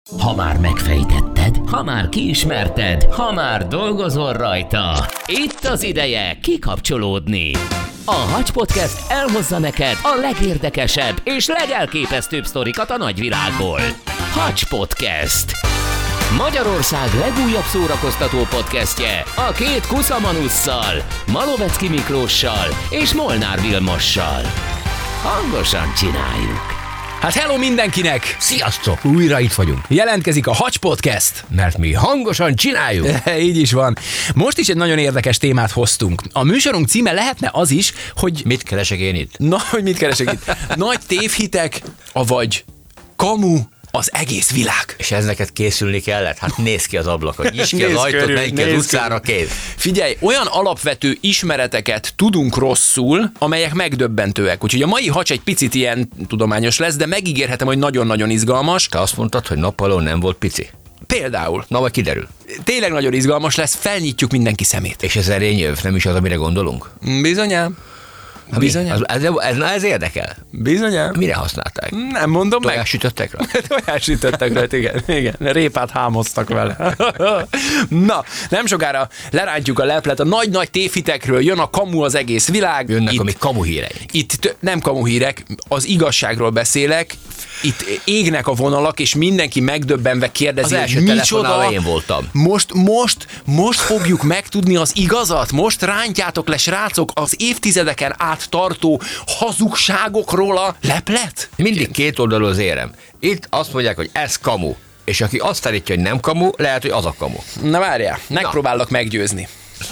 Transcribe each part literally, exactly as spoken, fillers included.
Ha már megfejtetted, ha már kiismerted, ha már dolgozol rajta, itt az ideje kikapcsolódni. A Hacs Podcast elhozza neked a legérdekesebb és legelképesztőbb sztorikat a nagyvilágból. Hacs Podcast. Magyarország legújabb szórakoztató podcastje a két kuszamanusszal, Malovecki Miklóssal és Molnár Vilmossal. Hangosan csináljuk! Hát hello mindenkinek! Sziasztok! Újra itt vagyunk. Jelentkezik a Hacs Podcast. Mert mi hangosan csináljuk. Így is van. Most is egy nagyon érdekes témát hoztunk. A műsorunk címe lehetne az is, hogy... Mit keresek én itt? Na, hogy mit keresek itt? Nagy tévhitek, avagy kamu, az egész világ. És ez neked készülni kellett? Hát nézd ki az ablakon, nyisd ki az ajtót, menj ki az utcára, kész. Figyelj, olyan alapvető ismereteket tudunk rosszul, amelyek megdöbbentőek. Úgyhogy a mai Hacs egy picit ilyen tudományos lesz, de megígérhetem, hogy nagyon-nagyon izgalmas. Te azt mondtad, hogy nappalon nem volt pici. Például. Na, vagy kiderül. Tényleg nagyon izgalmas lesz, felnyitjuk mindenki szemét. És ez erényöv, nem is az, amire gondolunk? Bizonyám. Bizonyám. Ez, ez, ez, ez érdekel. Bizonyám. Mire használták? Nem mondom meg. Tojás sütöttek rá? Tojás sütöttek rá, igen, igen. Répát hámoztak vele. Na, nem sokára lerántjuk a leplet. A nagy-nagy tévhitekről jön a kamu, az egész világ. Jönnek itt, a mi kamu hírei. Itt t- nem kamu hírek, az igazságról beszélek. Itt égnek a vonalak, és mindenki megdöbbenve kérdezi, az első hogy telefonálva én voltam. Most, most, most fogjuk megtudni az igazat? Most rántjátok le, srácok, az évtizedeken át tartó hazugságokról a leplet? Mindig két oldalú az érem. Itt azt mondják, hogy ez kamu. És aki azt állítja, hogy nem kamu, lehet, hogy az a kamu. Na várjál, megpróbálok meggyőzni.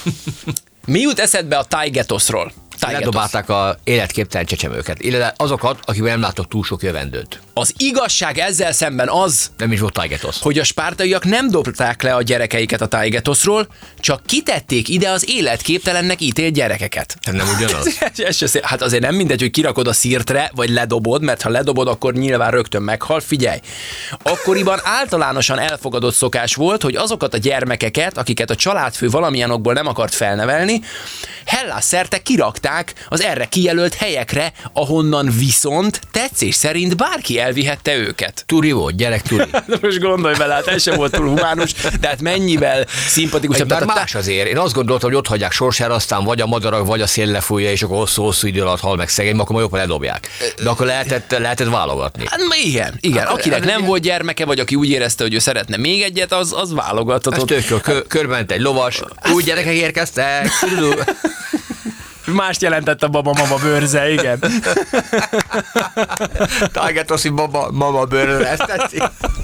Mi jut eszedbe a Tájgetosról? Ledobálták az életképtelen csecsemőket, illetve azokat, akikben nem látok túl sok jövendőt. Az igazság ezzel szemben az, nem is volt Tájgetosz, hogy a spártaiak nem dobták le a gyerekeiket a Tájgetoszról, csak kitették ide az életképtelennek ítélt gyerekeket. Ez nem ugyanaz? Hát azért nem mindegy, hogy kirakod a szirtre, vagy ledobod, mert ha ledobod, akkor nyilván rögtön meghal. Figyelj, akkoriban általánosan elfogadott szokás volt, hogy azokat a gyermekeket, akiket a családfő valamilyen okból nem akart felnevelni, Hellas szerte kirakták az erre kijelölt helyekre, ahonnan viszont tetszés szerint bárki elvihette őket. Turi volt, gyerek turi. De most gondolj bele, hát ez sem volt túl humánus, de hát mennyivel szimpatikusabb. Bár más azért. Én azt gondoltam, hogy ott hagyják sorsára, aztán vagy a madarak, vagy a szél lefújja, és akkor hosszú-hosszú idő alatt hal meg szegény, akkor majd jobban ledobják. De akkor lehetett, lehetett válogatni. Hát igen, igen. Hát, akinek nem volt gyermeke, vagy aki úgy érezte, hogy ő szeretne még egyet, az, az válogathatott. Ez tök jó, körbement egy lovas, úgy gyerekek érkeztek. Mást jelentett a baba-mama bőrze, igen. Tájgetoszi baba-mama bőrze, ezt tetszik.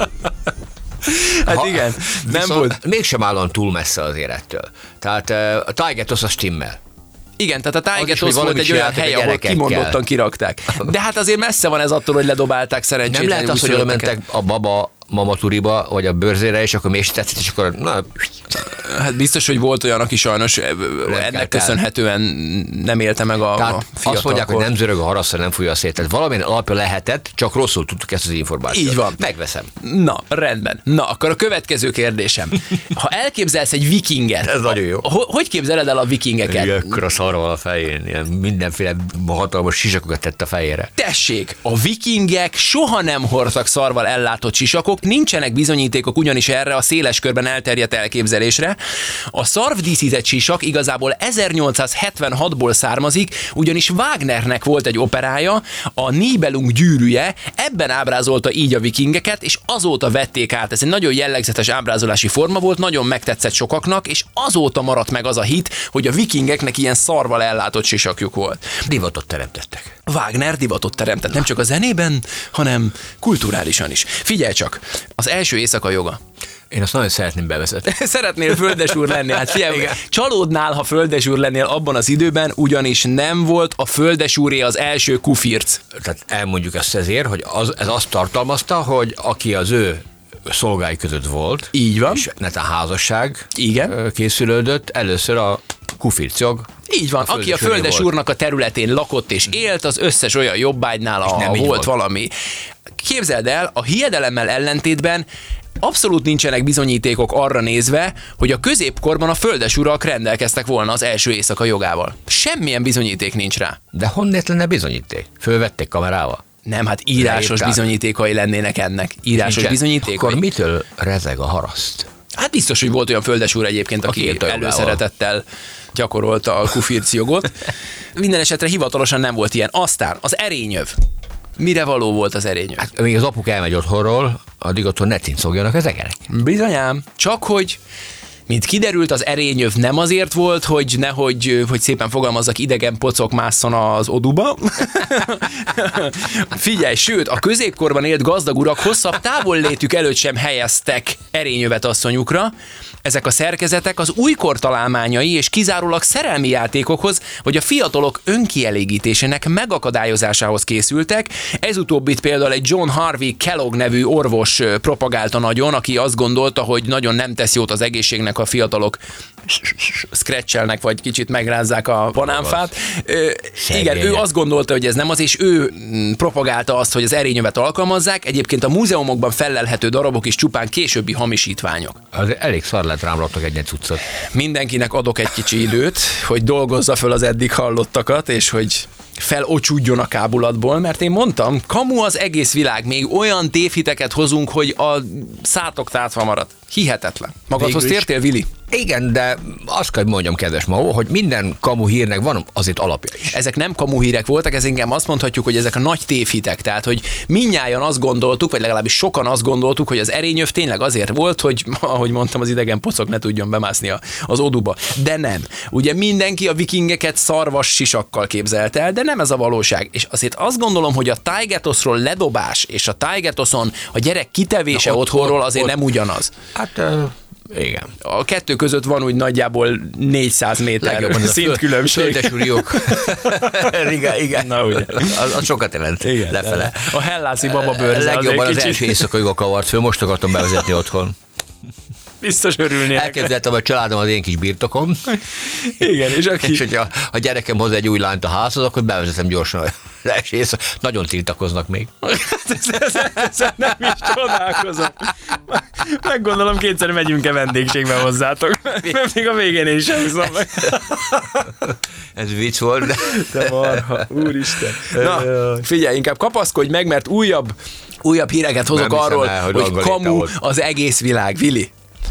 Hát ha, igen, nem volt. Mégsem állom túl messze az élettől. Tehát a Tájgetosz a stimmel. Igen, tehát a Tájgetosz volt egy olyan hely, ahol kimondottan kirakták. De hát azért messze van ez attól, hogy ledobálták szerencsétlen. Nem lehet az, hogy oda mentek a baba mama turiba, vagy a bőrzére, és akkor mégis tetszett, és akkor na... Hát biztos, hogy volt olyan, aki sajnos ennek köszönhetően nem élte meg a, tehát a fiatalkor. Azt mondják, hogy nem zörög a haraszra, nem fújja a szét. Tehát valamilyen alapja lehetett, csak rosszul tudtuk ezt az információt. Így van. Megveszem. Na, rendben. Na, akkor a következő kérdésem. Ha elképzelsz egy vikinget, ez nagyon jó. Hogy képzeled el a vikingeket? Ekkora szarval a fején, ilyen mindenféle hatalmas sisakokat tett a fejére. Tessék, a vikingek soha nem hordtak szarval ellátott sisakok, nincsenek bizonyítékok ugyanis erre a széles körben elterjedt elképzelésre. A szarvdíszített sisak igazából ezernyolcszázhetvenhatból származik, ugyanis Wagnernek volt egy operája, a Nibelung gyűrűje, ebben ábrázolta így a vikingeket, és azóta vették át. Ez egy nagyon jellegzetes ábrázolási forma volt, nagyon megtetszett sokaknak, és azóta maradt meg az a hit, hogy a vikingeknek ilyen szarval ellátott sisakjuk volt. Divatot teremtettek. Wagner divatot teremtett, nem csak a zenében, hanem kulturálisan is. Figyelj csak, az első éjszaka joga. Én azt nagyon szeretném bevezetni. Szeretnél földesúr lenni? Hát figyelj, csalódnál, ha földesúr lennél abban az időben, ugyanis nem volt a földesúré az első kufirc. Tehát elmondjuk ezt ezért, hogy az, ez azt tartalmazta, hogy aki az ő szolgái között volt, így van, és netán házasság igen, készülődött, először a kufircjog. Így van, a aki a földesúrnak a területén lakott és élt, az összes olyan jobbágynál, ahol volt, volt valami. Képzeld el, a hiedelemmel ellentétben abszolút nincsenek bizonyítékok arra nézve, hogy a középkorban a földesurak rendelkeztek volna az első éjszaka jogával. Semmilyen bizonyíték nincs rá. De honnét lenne bizonyíték? Fölvették kamerával? Nem, hát írásos Leírták. bizonyítékai lennének ennek. Írásos Nincsen. bizonyítékai. Akkor mitől rezeg a haraszt? Hát biztos, hogy volt olyan földesúr egyébként, aki, Aki előszeretettel gyakorolta a kufirci jogot. Minden esetre hivatalosan nem volt ilyen. Aztán az erényöv. Mire való volt az erényöv? Hát még az apuk elmegy otthonról, addig otthon ne cincogjanak az egerek. Bizonyám. Csak hogy, mint kiderült, az erényöv nem azért volt, hogy nehogy, hogy szépen fogalmazzak, idegen pocok másszon az oduba. Figyelj, sőt, a középkorban élt gazdag urak hosszabb távollétük előtt sem helyeztek erényövet asszonyukra. Ezek a szerkezetek az újkor találmányai és kizárólag szerelmi játékokhoz, vagy a fiatalok önkielégítésének megakadályozásához készültek. Ez utóbbit például egy John Harvey Kellogg nevű orvos propagálta nagyon, aki azt gondolta, hogy nagyon nem tesz jót az egészségnek, a fiatalok scratchelnek, vagy kicsit megrázzák a banánfát. Igen, ő azt gondolta, hogy ez nem az, és ő propagálta azt, hogy az erényövet alkalmazzák. Egyébként a múzeumokban fellelhető darabok is csupán későbbi hamisítványok. Az elég szar lett, rám raktak egy cuccot. Mindenkinek adok egy kicsi időt, hogy dolgozza föl az eddig hallottakat, és hogy felocsúdjon a kábulatból, mert én mondtam, kamu az egész világ, még olyan tévhiteket hozunk, hogy a szátok tátva marad. Hihetetlen. Magadhoz tértél, Vili? Igen, de azt kell, hogy mondjam, kedves Maó, hogy minden kamu hírnek van azért alapja is. Ezek nem kamu hírek voltak, ez inkább azt mondhatjuk, hogy ezek a nagy tévhitek. Tehát, hogy mindnyájan azt gondoltuk, vagy legalábbis sokan azt gondoltuk, hogy az erényöv tényleg azért volt, hogy, ahogy mondtam, az idegen pocok ne tudjon bemászni a, az oduba. De nem. Ugye mindenki a vikingeket szarvas sisakkal képzelte el, de nem ez a valóság. És azért azt gondolom, hogy a tájgetoszról ledobás és a tájgetoszon a gyerek kitevése Na, ott, otthonról ott, azért ott. nem ugyanaz. Hát, uh, igen. A kettő között van úgy nagyjából négyszáz méter szintkülönbség. Földesúriók. igen, igen. Na, ugye. Az, az sokat jelent. Igen, lefele. A hellászi bababőrze legjobban az kicsit. első éjszakai a kavart föl, most akartam bevezetni otthon. Biztos örülnének. Elképzeltem, hogy családom az én kis birtokom. Igen, és aki... És hogyha a gyerekem hoz egy új lányt a házhoz, akkor bevezetem gyorsan az első éjszaka. Nagyon tiltakoznak még. Ezzel nem is csodálkozom. Meggondolom, kétszer megyünk-e vendégségbe hozzátok. Mert még a végén én sem hiszem meg. Ez vicc volt, de... Te marha, úristen. Na, figyelj, inkább kapaszkodj meg, mert újabb, újabb híreket hozok Nem arról, el, hogy, hogy hogy kamu volt. az egész világ. Vili,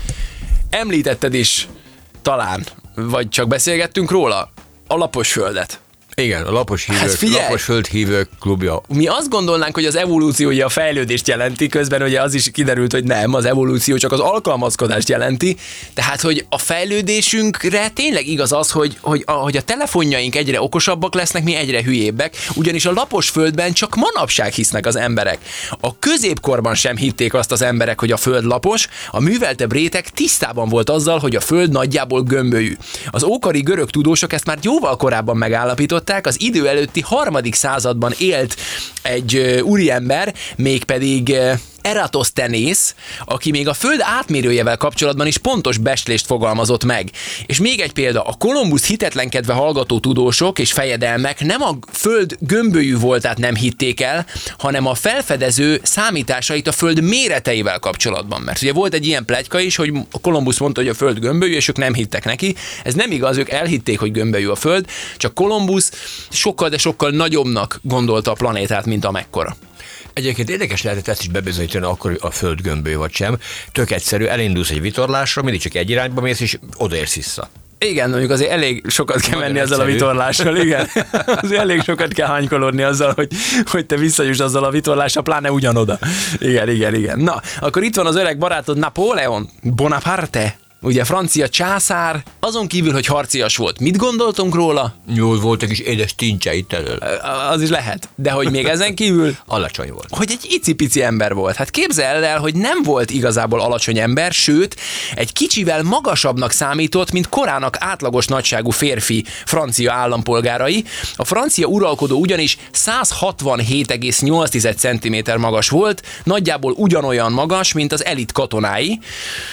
említetted is talán, vagy csak beszélgettünk róla, a Laposföldet. Igen, a lapos hívők, Hát figyelj! lapos földhívők klubja. Mi azt gondolnánk, hogy az evolúciója a fejlődést jelenti, közben ugye az is kiderült, hogy nem, az evolúció csak az alkalmazkodást jelenti, tehát, hogy a fejlődésünkre tényleg igaz az, hogy, hogy, a, hogy a telefonjaink egyre okosabbak lesznek, mi egyre hülyébbek, ugyanis a lapos földben csak manapság hisznek az emberek. A középkorban sem hitték azt az emberek, hogy a föld lapos, a műveltebb réteg tisztában volt azzal, hogy a föld nagyjából gömbölyű. Az ókori görög tudósok ezt már jóval korábban megállapították, az idő előtti harmadik században élt egy uh, úriember, mégpedig uh, Eratosthenész, aki még a föld átmérőjevel kapcsolatban is pontos becslést fogalmazott meg. És még egy példa, a Kolumbusz hitetlenkedve hallgató tudósok és fejedelmek nem a föld gömbölyű voltát nem hitték el, hanem a felfedező számításait a föld méreteivel kapcsolatban. Mert ugye volt egy ilyen pletyka is, hogy a Kolumbusz mondta, hogy a föld gömbölyű, és ők nem hittek neki. Ez nem igaz, ők elhitték, hogy gömbölyű a föld, csak Kolumbusz sokkal, de sokkal nagyobbnak gondolta a planétát, mint amekkora. Egyébként érdekes lehetett ezt is bebizonyítani, akkor hogy a föld gömbölyű vagy sem. Tök egyszerű, elindulsz egy vitorlásra, mindig csak egy irányba mész, és odaérsz vissza. Igen, mondjuk azért elég sokat kell menni ezzel a vitorlással, igen. Azért elég sokat kell hánykolódni azzal, hogy, hogy te visszajuss azzal a vitorlással, pláne ugyanoda. Igen, igen, igen. Na, akkor itt van az öreg barátod Napóleon Bonaparte, ugye francia császár, azon kívül, hogy harcias volt. Mit gondoltunk róla? Jó, volt egy kis édes tincse itt elől. Az is lehet. De hogy még ezen kívül... Alacsony volt. Hogy egy icipici ember volt. Hát képzeld el, hogy nem volt igazából alacsony ember, sőt, egy kicsivel magasabbnak számított, mint korának átlagos nagyságú férfi francia állampolgárai. A francia uralkodó ugyanis száz hatvanhét egész nyolc centiméter magas volt, nagyjából ugyanolyan magas, mint az elit katonái.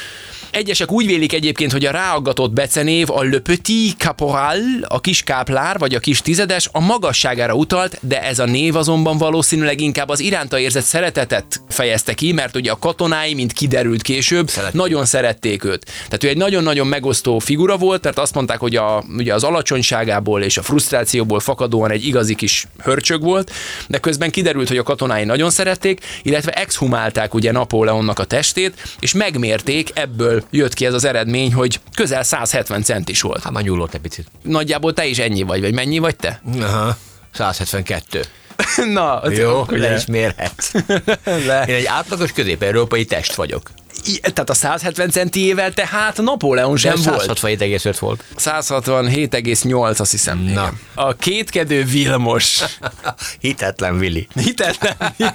Egyesek úgy vélik egyébként, hogy a ráaggatott becenév, a Le Petit Caporal, a kis káplár vagy a kis tizedes a magasságára utalt, de ez a név azonban valószínűleg inkább az iránta érzett szeretetet fejezte ki, mert ugye a katonái, mint kiderült később, Szeret. nagyon szerették őt. Tehát ő egy nagyon-nagyon megosztó figura volt, mert azt mondták, hogy a, ugye az alacsonyságából és a frusztrációból fakadóan egy igazi kis hörcsög volt, de közben kiderült, hogy a katonái nagyon szerették, illetve exhumálták ugye Napóleonnak a testét, és megmérték, ebből jött ki ez az eredmény, hogy közel száz hetven centis volt. Hát már nyúlott egy picit. Nagyjából te is ennyi vagy, vagy mennyi vagy te? Aha, száz hetvenkettő. Na, jó, le is mérhetsz. Le. Én egy átlagos közép-európai test vagyok. I, tehát a száz hetven centiével tehát Napóleon sem volt. száz hatvanhét egész öt volt. száz hatvanhét egész nyolc, azt hiszem. Na. Igen. A kétkedő Vilmos. Hitetlen Vili. Hitetlen,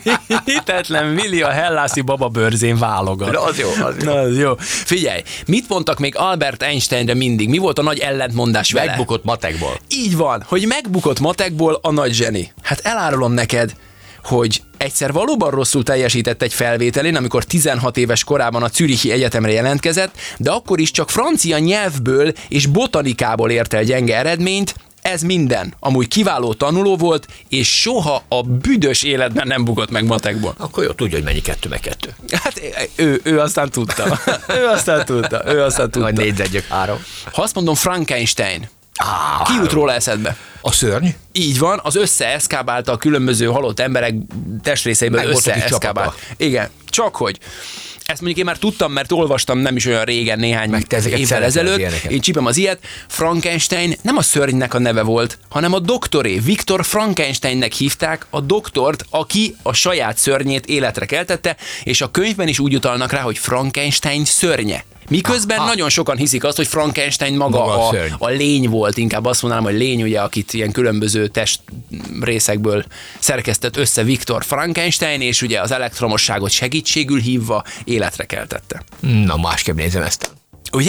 hitetlen Vili a hellászi bababőrzén válogat. Na, az jó, az jó. Na, az jó. Figyelj, mit mondtak még Albert Einsteinre mindig? Mi volt a nagy ellentmondás vele? Megbukott matekból. Így van, hogy megbukott matekból a nagy zseni. Hát elárulom neked, hogy egyszer valóban rosszul teljesített egy felvételén, amikor tizenhat éves korában a Zürichi Egyetemre jelentkezett, de akkor is csak francia nyelvből és botanikából ért el gyenge eredményt. Ez minden. Amúgy kiváló tanuló volt, és soha a büdös életben nem bukott meg matekból. Akkor jó, tudja, hogy mennyi kettő meg kettő. Hát ő, ő aztán tudta. ő aztán tudta. Ő aztán tudta. Vagy négyzetgyök három. Ha azt mondom Frankenstein, ah, ki jut róla eszedbe? A szörny? Így van, az összeeszkábálta a különböző halott emberek testrészeiből összeeszkábált. Igen, csak hogy. Ezt mondjuk én már tudtam, mert olvastam nem is olyan régen, néhány évvel ezelőtt. Én csípem az ilyet. Frankenstein nem a szörnynek a neve volt, hanem a doktoré. Viktor Frankensteinnek hívták a doktort, aki a saját szörnyét életre keltette, és a könyvben is úgy utalnak rá, hogy Frankenstein szörnye. Miközben ha, ha. nagyon sokan hiszik azt, hogy Frankenstein maga, maga a, a lény volt, inkább azt mondanám, hogy lény, ugye, akit ilyen különböző testrészekből szerkesztett össze Viktor Frankenstein, és ugye az elektromosságot segítségül hívva életre keltette. Na, másképp nézem ezt. Ugye?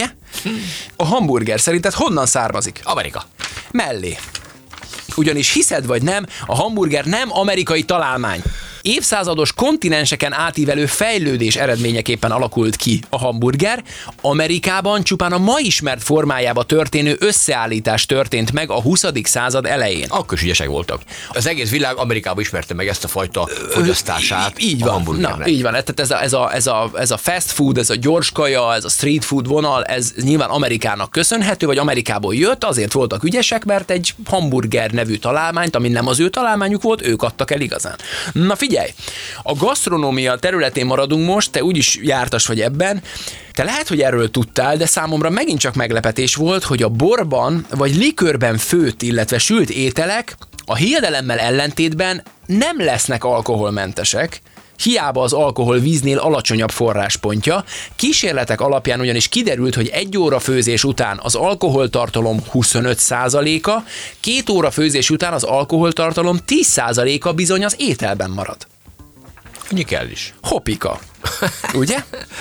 A hamburger szerinted honnan származik? Amerika. Mellé. Ugyanis hiszed vagy nem, a hamburger nem amerikai találmány. Évszázados kontinenseken átívelő fejlődés eredményeképpen alakult ki a hamburger. Amerikában csupán a ma ismert formájába történő összeállítás történt meg a huszadik század elején. Akkor is ügyesek voltak. Az egész világ Amerikában ismerte meg ezt a fajta fogyasztását. Így van, na, így van. Tehát ez a, ez, a, ez, a, ez a fast food, ez a gyorskaja, ez a street food vonal, ez nyilván Amerikának köszönhető, vagy Amerikából jött, azért voltak ügyesek, mert egy hamburger nevű találmányt, ami nem az ő találmányuk volt, ők adtak el igazán. Na figyelj! A gasztronómia területén maradunk most, te úgyis jártas vagy ebben. Te lehet, hogy erről tudtál, de számomra megint csak meglepetés volt, hogy a borban vagy likőrben főtt, illetve sült ételek a hiedelemmel ellentétben nem lesznek alkoholmentesek, hiába az alkohol víznél alacsonyabb forráspontja. Kísérletek alapján ugyanis kiderült, hogy egy óra főzés után az alkoholtartalom huszonöt százaléka, két óra főzés után az alkoholtartalom tíz százaléka bizony az ételben marad. Annyi kell is. Hopika. Ugye?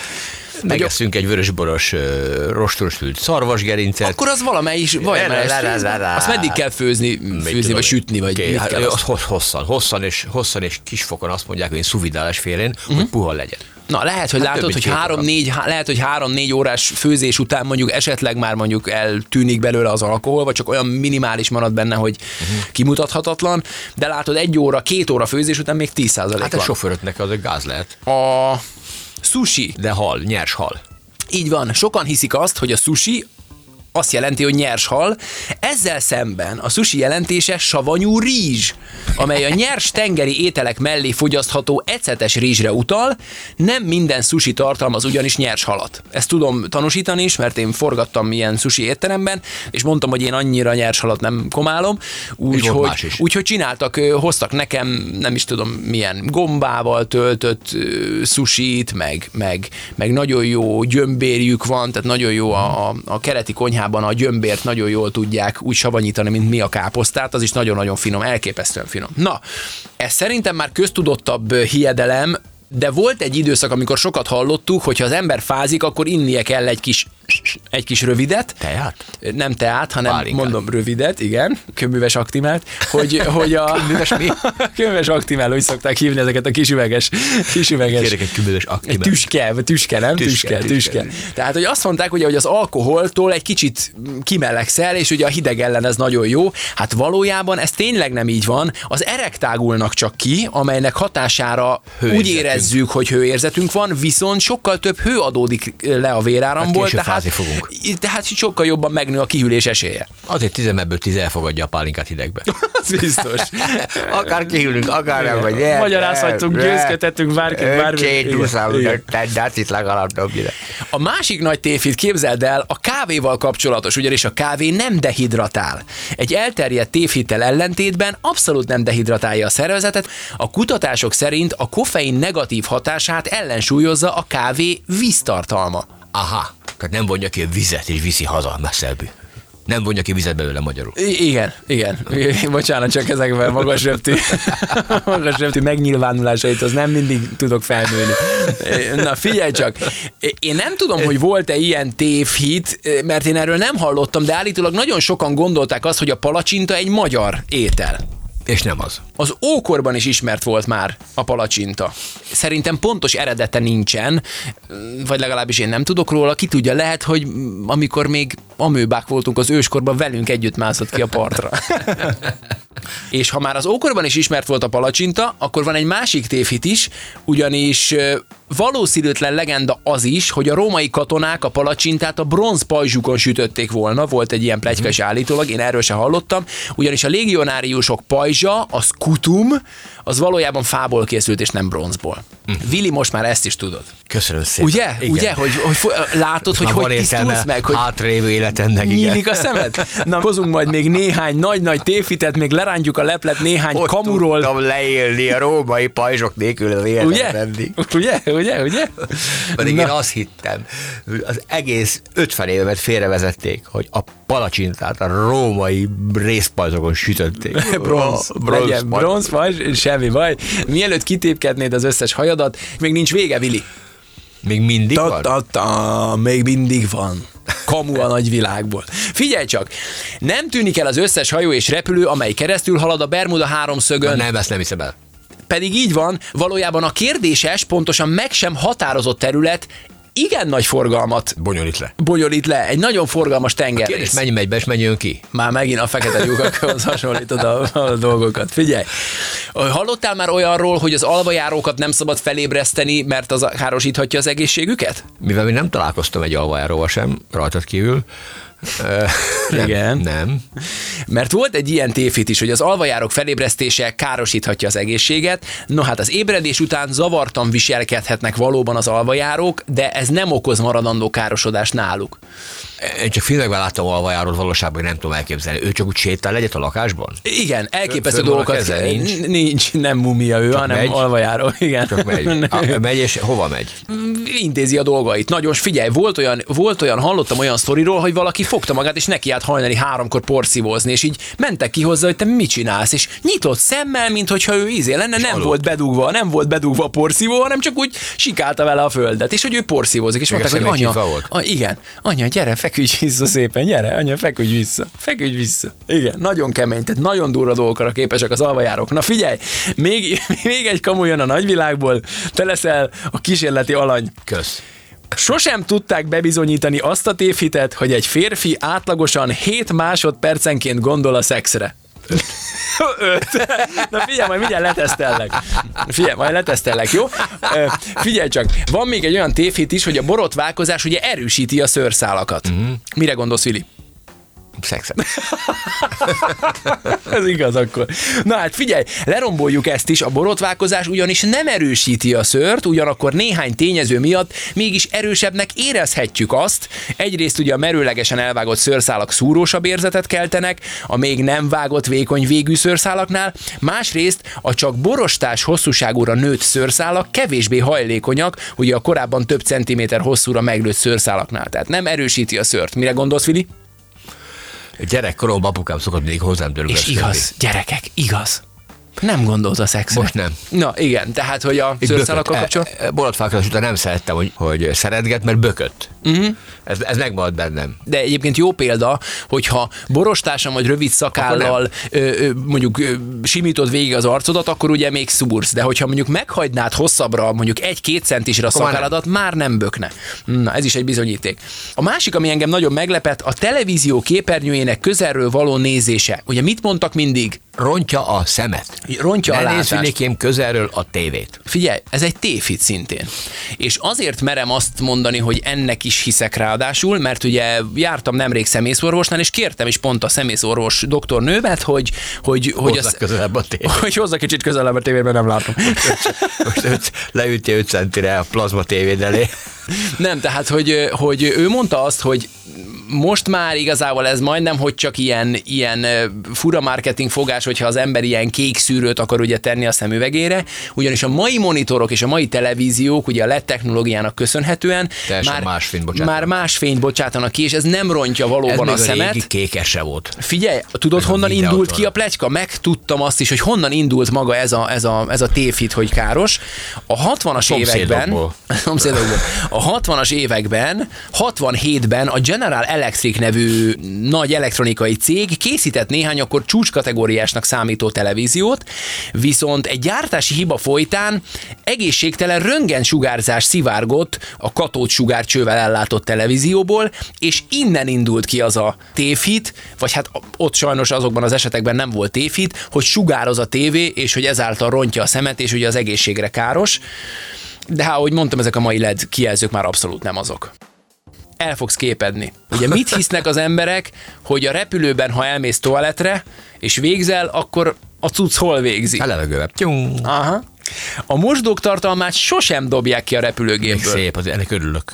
Megeszünk egy vörösboros uh, rostorosült szarvasgerincet. Akkor az valamelyik, valamelyik azt meddig kell főzni, főzni vagy sütni, vagy okay, hát, az hosszan, hosszan és, hosszan és kisfokon azt mondják, hogy szuvidálás félén, uh-huh. hogy puha legyen. Na, lehet, hogy hát látod, hogy három-négy, lehet, hogy három-négy órás főzés után mondjuk esetleg már mondjuk eltűnik belőle az alkohol, vagy csak olyan minimális marad benne, hogy uh-huh. kimutathatatlan, de látod, egy óra, két óra főzés után még tíz százalék hát van. Hát a sofőröknek az egy gáz lehet. A sushi. De hal, nyers hal. Így van, sokan hiszik azt, hogy a sushi azt jelenti, hogy nyers hal. Ezzel szemben a sushi jelentése savanyú rizs, amely a nyers tengeri ételek mellé fogyasztható ecetes rizsre utal. Nem minden sushi tartalmaz ugyanis nyers halat. Ezt tudom tanúsítani is, mert én forgattam ilyen sushi étteremben, és mondtam, hogy én annyira nyers halat nem komálom, úgyhogy úgy, csináltak, hoztak nekem, nem is tudom milyen gombával töltött sushit, meg, meg, meg nagyon jó gyömbérjük van, tehát nagyon jó a, a, a keleti konyhában a gyömbért nagyon jól tudják úgy savanyítani, mint mi a káposztát, az is nagyon-nagyon finom, elképesztően finom. Na, ez szerintem már köztudottabb hiedelem, de volt egy időszak, amikor sokat hallottuk, hogy ha az ember fázik, akkor innie kell egy kis egy kis rövidet. Teát? Nem teát, hanem Pálinkát. mondom rövidet, igen, köműves aktimált, hogy, hogy a... Köműves mi? Köműves aktimál, úgy szokták hívni ezeket a kisüveges, kisüveges. Kérek egy köműves Egy aktimált. tüske, vagy tüske, nem? Tüske, Tüske, tüske. tüske. Tehát, hogy azt mondták, ugye, hogy az alkoholtól egy kicsit kimelegszel, és ugye a hideg ellen ez nagyon jó. Hát valójában ez tényleg nem így van. Az erek tágulnak csak ki, amelynek hatására úgy érezzük, hogy hőérzetünk van, viszont sokkal több hő adódik le a véráramból, Hát tehát, fázni fogunk. tehát sokkal jobban megnő a kihűlés esélye. Azért tizenebből tíz elfogadja a pálinkát hidegbe. Az biztos. Akár kihűlünk, akár nem, vagy nem. Magyarázhatunk, győzködhetünk bárkit, bármit. A másik nagy tévhit, képzeld el, a kávéval kapcsolatos, ugyanis a kávé nem dehidratál. Egy elterjedt tévhittel ellentétben abszolút nem dehidratálja a szervezetet. A kutatások szerint a koffein negatív hatását ellensúlyozza a kávé víztartalma. Aha, tehát nem vonja ki a vizet és viszi haza messzelbű. Nem vonja ki vizet belőle magyarul. I- igen, igen. Bocsánat, csak ezekben magas röptű, magas röptű megnyilvánulásaithoz nem mindig tudok felnőni. Na figyelj csak, én nem tudom, hogy volt-e ilyen tévhit, mert én erről nem hallottam, de állítólag nagyon sokan gondolták azt, hogy a palacsinta egy magyar étel. És nem az. Az ókorban is ismert volt már a palacsinta. Szerintem pontos eredete nincsen, vagy legalábbis én nem tudok róla. Ki tudja, lehet, hogy amikor még amőbák voltunk az őskorban, velünk együtt mászott ki a partra. És ha már az ókorban is ismert volt a palacsinta, akkor van egy másik tévhit is, ugyanis valószínűtlen legenda az is, hogy a római katonák a palacsintát a bronz pajzsukon sütötték volna, volt egy ilyen pletyka is állítólag, én erről sem hallottam, ugyanis a légionáriusok pajzsa, a scutum, az valójában fából készült, és nem bronzból. Vili, most már ezt is tudod. Köszönöm szépen. Ugye? Igen. Ugye? Hogy, hogy látod, hogy hogy tisztulsz meg, hogy hátrévő életemnek, igen. nyílik a szemed? Na, hozunk majd még néhány nagy-nagy tévhitet, még lerántjuk a leplet néhány Ott kamuról. tudtam leélni a római pajzsok nélkül az Ugye? életemben. Ugye? Ugye? Ugye? Pedig Na. én azt hittem, az egész ötven évemet félrevezették, hogy a palacsintát a római részpajzsokon sütötték. Bronz, legyen bronz, vagy semmi baj. Mielőtt kitépkednéd az összes hajadat, még nincs vége, Vili. Még mindig van? Ta-ta-ta, még mindig van. Kamu a nagyvilágból. Figyelj csak, nem tűnik el az összes hajó és repülő, amely keresztül halad a Bermuda háromszögön. Na, nem, ezt nem hiszem el. Pedig így van, valójában a kérdéses, pontosan meg sem határozott terület igen nagy forgalmat Bonyolít le. bonyolít le. Egy nagyon forgalmas Kérdés, tengerrész. mennyi megy be, és mennyi jön ki? Már megint a fekete lyukakhoz hasonlítod a, a dolgokat. Figyelj! Hallottál már olyanról, hogy az alvajárókat nem szabad felébreszteni, mert az károsíthatja az egészségüket? Mivel még nem találkoztam egy alvajáróval sem, rajtad kívül. nem, Igen. Nem. Mert volt egy ilyen tévhit is, hogy az alvajárok felébresztése károsíthatja az egészséget. No hát az ébredés után zavartan viselkedhetnek valóban az alvajárók, de ez nem okoz maradandó károsodást náluk. Én csak filmekben láttam alvajárót, valóságban nem tudom elképzelni. Ő csak úgy sétál egyet a lakásban? Igen, elképesztő Fönn van a dolgokat. keze, nincs? nincs, nem mumia ő, Csak hanem megy? alvajáró. Igen. Csak megy. A, megy, és hova megy? Intézi a dolgait. Nagyon figyelj, volt olyan, volt olyan, hallottam olyan sztoriról, hogy valaki fogta magát, és neki állt hajnali háromkor porszívózni, és így mentek ki hozzá, hogy te mit csinálsz, és nyitott szemmel, mint hogyha ő ízé lenne, nem aludt. volt bedugva, nem volt bedugva a porszívó, hanem csak úgy sikálta vele a földet, és hogy ő porszívózik, és Még mondták, a hogy anya, személycsífa volt? a, igen, anya, gyere, feküdj vissza szépen, gyere, anya, feküdj vissza, feküdj vissza. Igen, nagyon kemény, tehát nagyon durva dolgokra képesek az alvajárók. Na figyelj, még, még egy kamu jön a nagyvilágból, te leszel a kísérleti alany. Kösz. Sosem tudták bebizonyítani azt a tévhitet, hogy egy férfi átlagosan hét másodpercenként gondol a szexre. Öt. Na figyelj, majd mindjárt letesztellek. Figyelj, majd letesztellek, jó? Ö, Figyelj csak, van még egy olyan tévhit is, hogy a borotválkozás ugye erősíti a szőrszálakat. Uh-huh. Mire gondolsz, Vili? Szexem. Ez igaz akkor. Na hát figyelj, leromboljuk ezt is, a borotválkozás ugyanis nem erősíti a szőrt, ugyanakkor néhány tényező miatt mégis erősebbnek érezhetjük azt. Egyrészt ugye a merőlegesen elvágott szőrszálak szúrósabb érzetet keltenek, a még nem vágott vékony végű szőrszálaknál, másrészt a csak borostás hosszúságúra nőtt szőrszálak kevésbé hajlékonyak, ugye a korábban több centiméter hosszúra meglőtt szőrszálaknál. Tehát nem erősíti a szőrt. Mire gondolsz, Vili? Gyerekkoromban apukám szokott mindig hozzám És dörögeszkedni. igaz, gyerekek, igaz. Nem gondolt a szexre. Most nem. Na igen, tehát, hogy a szőrszálakkal kapcsolatban. Borotvákozás után nem szerettem, hogy, hogy szeretget, mert bökött. Uh-huh. Ez, ez megmarad bennem. De egyébként jó példa, hogyha borostásan vagy rövid szakállal ö, ö, mondjuk ö, simítod végig az arcodat, akkor ugye még szúrsz, de hogyha mondjuk meghagynád hosszabbra, mondjuk egy-két centisre a szakálladat, már nem bökne. Na, ez is egy bizonyíték. A másik, ami engem nagyon meglepett, a televízió képernyőjének közelről való nézése. Ugye mit mondtak mindig? Rontja a szemet. Rontja ne a látást. Ne nézz közelről a tévét. Figyelj, ez egy tévhit szintén. És azért merem azt mondani, hogy ennek is hiszek ráadásul, mert ugye jártam nemrég szemészorvosnál, és kértem is pont a szemészorvos doktornőmet, hogy hogy hogy hozzá közelebb a tévét. Hogy hozza kicsit közelebb a tévében, nem látom. Most, most leütje öt centire a plazma tévéd elé. Nem, tehát, hogy, hogy ő mondta azt, hogy most már igazából ez majdnem, hogy csak ilyen, ilyen fura marketing fogás, hogyha az ember ilyen kék szűrőt akar ugye tenni a szemüvegére, ugyanis a mai monitorok és a mai televíziók ugye a el é dé technológiának köszönhetően már más, fényt már más fényt bocsátanak ki, és ez nem rontja valóban ez a szemet. Ez még a régi kékese volt. Figyelj, tudod ez honnan indult ki a pletyka? Megtudtam azt is, hogy honnan indult maga ez a, ez a, ez a tévhit, hogy káros. A hatvanas években, a hatvanas években, hatvanhétben a General Electric nevű nagy elektronikai cég készített néhány akkor csúcskategóriásnak számító televíziót, viszont egy gyártási hiba folytán egészségtelen röntgensugárzás szivárgott a katódsugárcsővel ellátott televízióból, és innen indult ki az a tévhit, vagy hát ott sajnos azokban az esetekben nem volt tévhit, hogy sugároz a tévé, és hogy ezáltal rontja a szemet, és ugye az egészségre káros. De hát, ahogy mondtam, ezek a mai el é dé kijelzők már abszolút nem azok. El fogsz képedni. Ugye mit hisznek az emberek, hogy a repülőben, ha elmész toaletre, és végzel, akkor a cucc hol végzi? A levegőbe. Aha. A mosdók tartalmát sosem dobják ki a repülőgépből. Szép, az ennek örülök.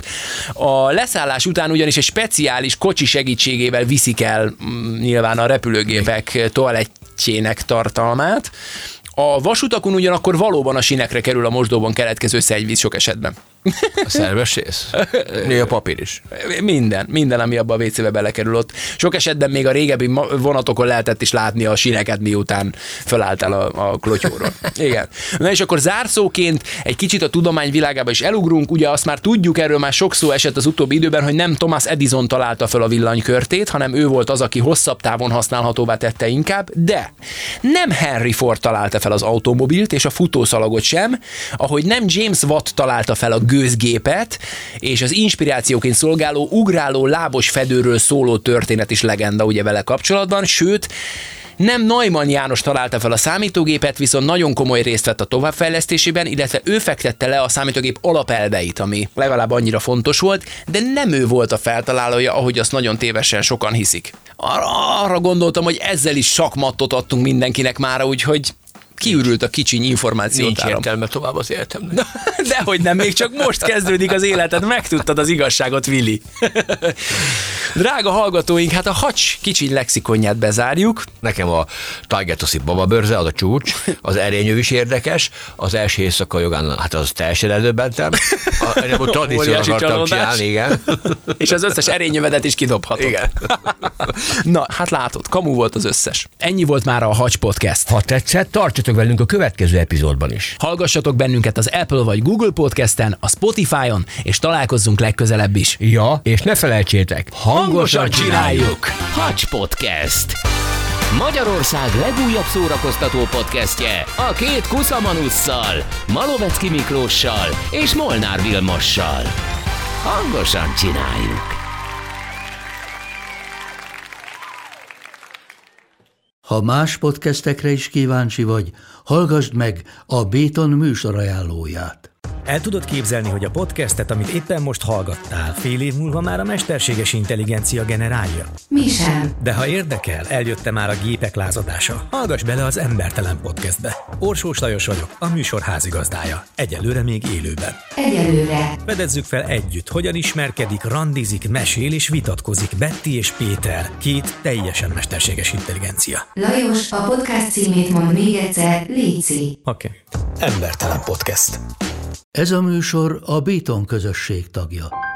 A leszállás után ugyanis egy speciális kocsi segítségével viszik el nyilván a repülőgépek toalettjének tartalmát. A vasutakon ugyanakkor valóban a sinekre kerül a mosdóban keletkező szennyvíz sok esetben. A szerves rész? A papír is. Minden, minden, ami abba a vécébe belekerül ott. Sok esetben még a régebbi vonatokon lehetett is látni a sineket, miután fölálltál a, a klotyóról. Igen. Na és akkor zárszóként egy kicsit a tudomány világába is elugrunk, ugye azt már tudjuk, erről már sok szó esett az utóbbi időben, hogy nem Thomas Edison találta fel a villanykörtét, hanem ő volt az, aki hosszabb távon használhatóvá tette inkább, de nem Henry Ford találta fel az automobilt és a futószalagot sem, ahogy nem James Watt találta fel a gőzgépet, és az inspirációként szolgáló ugráló lábos fedőről szóló történet is legenda ugye vele kapcsolatban, sőt, nem Neumann János találta fel a számítógépet, viszont nagyon komoly részt vett a továbbfejlesztésében, illetve ő fektette le a számítógép alapelveit, ami legalább annyira fontos volt, de nem ő volt a feltalálója, ahogy azt nagyon tévesen sokan hiszik. Arra, arra gondoltam, hogy ezzel is sakmattot adtunk mindenkinek mára, úgyhogy kiürült a kicsiny információt. Nincs értelme tovább az életemnek. Dehogy nem, még csak most kezdődik az életed, megtudtad az igazságot, Willi. Drága hallgatóink, hát a hacs kicsiny lexikonját bezárjuk. Nekem a Tajgetoszi bababőrze, az a csúcs, az erényő is érdekes, az első éjszaka jogán, hát az teljesen eldöbbentem. A tradíciót akartam csinálni, igen. És az összes erényövedet is kidobhatod. Igen. Na, hát látod, kamu volt az összes. Ennyi volt már a Hacs Podcast. Ha tetszett, tartsatok velünk a következő epizódban is. Hallgassatok bennünket az Apple vagy Google Podcasten, a Spotify-on, és találkozzunk legközelebb is. Ja, és ne felejtsétek, hangosan csináljuk! Hacs Podcast. Magyarország legújabb szórakoztató podcastje a két Kuszamanusszal, Malovecki Miklóssal és Molnár Vilmossal. Hangosan csináljuk! Ha más podcastekre is kíváncsi vagy, hallgassd meg a Béton műsor ajánlóját. El tudod képzelni, hogy a podcastet, amit éppen most hallgattál, fél év múlva már a mesterséges intelligencia generálja? Mi sem. De ha érdekel, eljött már a gépek lázadása. Hallgass bele az Embertelen Podcastbe. Orsós Lajos vagyok, a műsor házigazdája. Egyelőre még élőben. Egyelőre. Fedezzük fel együtt, hogyan ismerkedik, randizik, mesél és vitatkozik Betty és Péter, két teljesen mesterséges intelligencia. Lajos, a podcast címét mond még egyszer, léci. Oké. Okay. Embertelen Podcast. Ez a műsor a Béton közösség tagja.